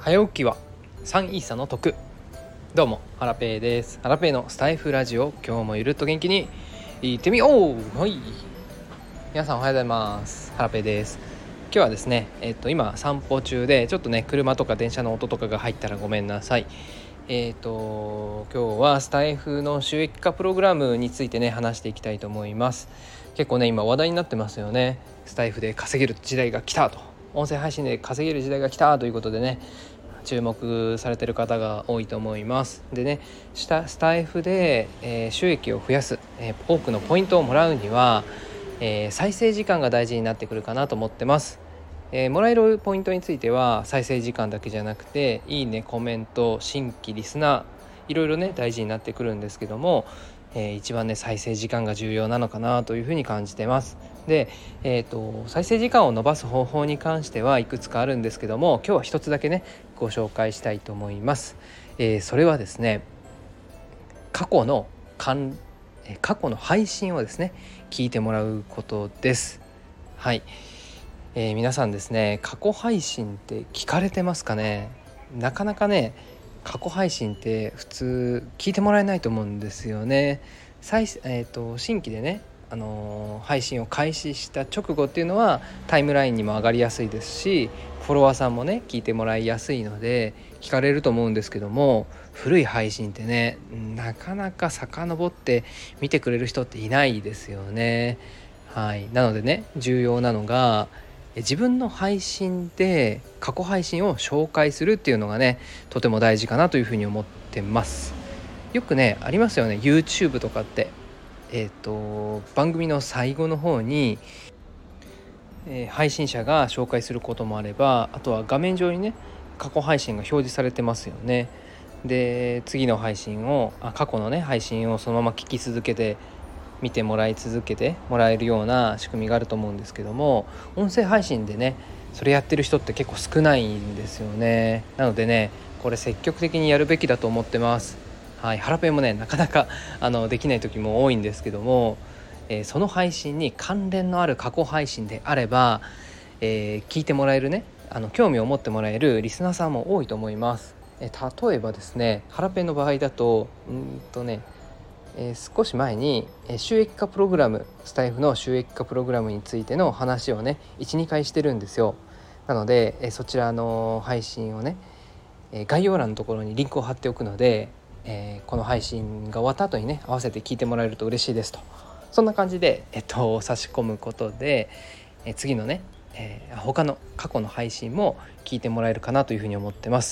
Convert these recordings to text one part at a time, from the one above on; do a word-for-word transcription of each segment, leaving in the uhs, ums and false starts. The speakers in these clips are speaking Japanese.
早起きはさんイーサの得。どうもハラペーです。ハラペーのスタイフラジオ、今日もゆるっと元気に行ってみよう。はい、皆さんおはようございます。ハラペーです。今日はですね、えっと今散歩中でちょっとね車とか電車の音とかが入ったらごめんなさい。えっと今日はスタイフの収益化プログラムについてね話していきたいと思います。結構ね今話題になってますよね。スタイフで稼げる時代が来たと、音声配信で稼げる時代が来たということでね、注目されている方が多いと思います。でね、スタイフで、えー、収益を増やす、えー、多くのポイントをもらうには、えー、再生時間が大事になってくるかなと思ってます。えー、もらえるポイントについては再生時間だけじゃなくて、いいね、コメント、新規リスナー、いろいろね大事になってくるんですけども、えー、一番ね再生時間が重要なのかなというふうに感じてます。で、えーと、再生時間を伸ばす方法に関してはいくつかあるんですけども、今日は一つだけねご紹介したいと思います。えー、それはですね、過去の関過去の配信をですね聞いてもらうことです。はい、えー、皆さんですね、過去配信って聞かれてますかね。なかなかね過去配信って普通聞いてもらえないと思うんですよね。再、えーと、新規でね、あのー、配信を開始した直後っていうのはタイムラインにも上がりやすいですし、フォロワーさんもね聞いてもらいやすいので聞かれると思うんですけども、古い配信ってねなかなか遡って見てくれる人っていないですよね。はい、なのでね重要なのが、自分の配信で過去配信を紹介するっていうのがねとても大事かなというふうに思ってます。よくねありますよね、 YouTube とかってえっと番組の最後の方に、えー配信者が紹介することもあれば、あとは画面上にね過去配信が表示されてますよね。で次の配信をあ過去のね配信をそのまま聞き続けて見てもらい続けてもらえるような仕組みがあると思うんですけども、音声配信でねそれやってる人って結構少ないんですよね。なのでねこれ積極的にやるべきだと思ってます。はい、ハラペンもねなかなかあのできない時も多いんですけども、えー、その配信に関連のある過去配信であれば、えー、聞いてもらえるね、あの興味を持ってもらえるリスナーさんも多いと思います。えー、例えばですね、ハラペンの場合だとうんとねえー、少し前に、えー、収益化プログラム、スタイフの収益化プログラムについての話をね いち,に 回してるんですよ。なので、えー、そちらの配信をね、えー、概要欄のところにリンクを貼っておくので、えー、この配信が終わった後にね合わせて聞いてもらえると嬉しいですと、そんな感じで、えっと、差し込むことで、えー、次のね、えー、他の過去の配信も聞いてもらえるかなというふうに思ってます。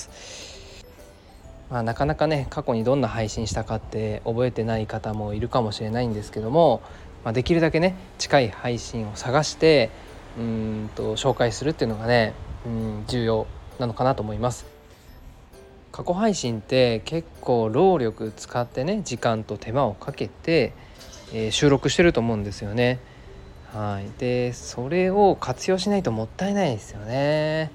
まあ、なかなかね過去にどんな配信したかって覚えてない方もいるかもしれないんですけども、まあ、できるだけね近い配信を探してうーんと紹介するっていうのがねうん重要なのかなと思います。過去配信って結構労力使ってね時間と手間をかけて、えー収録してると思うんですよね。はい、でそれを活用しないともったいないですよね。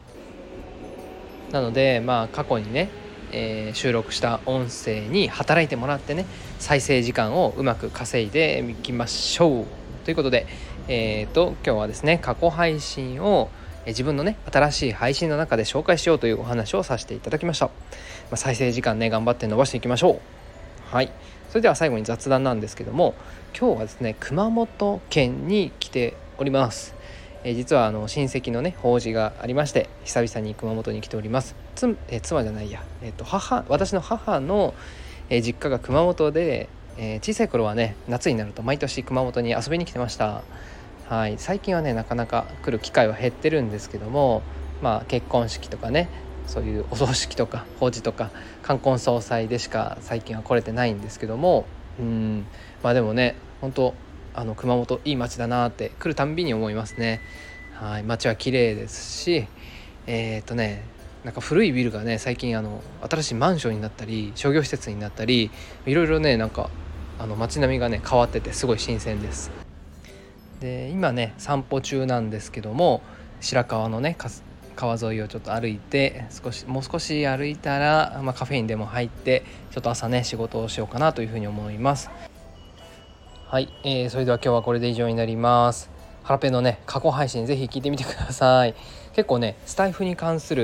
なのでまあ過去にね、えー収録した音声に働いてもらってね再生時間をうまく稼いでいきましょうということで、えーと今日はですね過去配信をえー自分のね新しい配信の中で紹介しようというお話をさせていただきました。まあ、再生時間ね頑張って伸ばしていきましょう。はい、それでは最後に雑談なんですけども、今日はですね熊本県に来ております。えー実はあの親戚のね法事がありまして、久々に熊本に来ております。つ、えー妻じゃないや、えー、と母私の母の、えー実家が熊本で、えー小さい頃はね夏になると毎年熊本に遊びに来てました。はい、最近はねなかなか来る機会は減ってるんですけども、まあ結婚式とかねそういうお葬式とか法事とか冠婚葬祭でしか最近は来れてないんですけども、うんまあでもね本当あの熊本いい街だなって来るたんびに思いますね。はい、街は綺麗ですし、えー、っとねなんか古いビルがね最近あの新しいマンションになったり商業施設になったり、いろいろねなんかあの街並みがね変わっててすごい新鮮です。で今ね散歩中なんですけども、白川のね川沿いをちょっと歩いて少しもう少し歩いたら、まあ、カフェインでも入ってちょっと朝ね仕事をしようかなというふうに思います。はい、えー、それでは今日はこれで以上になります。ハラペのね過去配信ぜひ聞いてみてください。結構ねスタイフに関する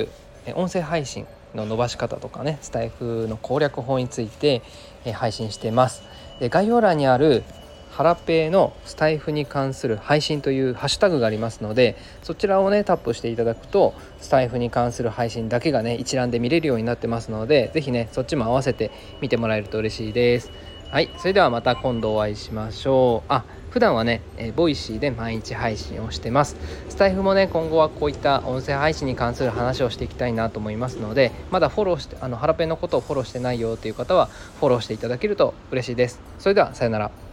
音声配信の伸ばし方とかね、スタイフの攻略法について配信しています。で概要欄にあるハラペーのスタイフに関する配信というハッシュタグがありますので、そちらをねタップしていただくとスタイフに関する配信だけがね一覧で見れるようになってますので、ぜひねそっちも合わせて見てもらえると嬉しいです。はい、それではまた今度お会いしましょう。あ普段はね、えー、ボイシーで毎日配信をしてます。スタイフもね今後はこういった音声配信に関する話をしていきたいなと思いますので、まだフォローしてあのハラペンのことをフォローしてないよという方はフォローしていただけると嬉しいです。それではさよなら。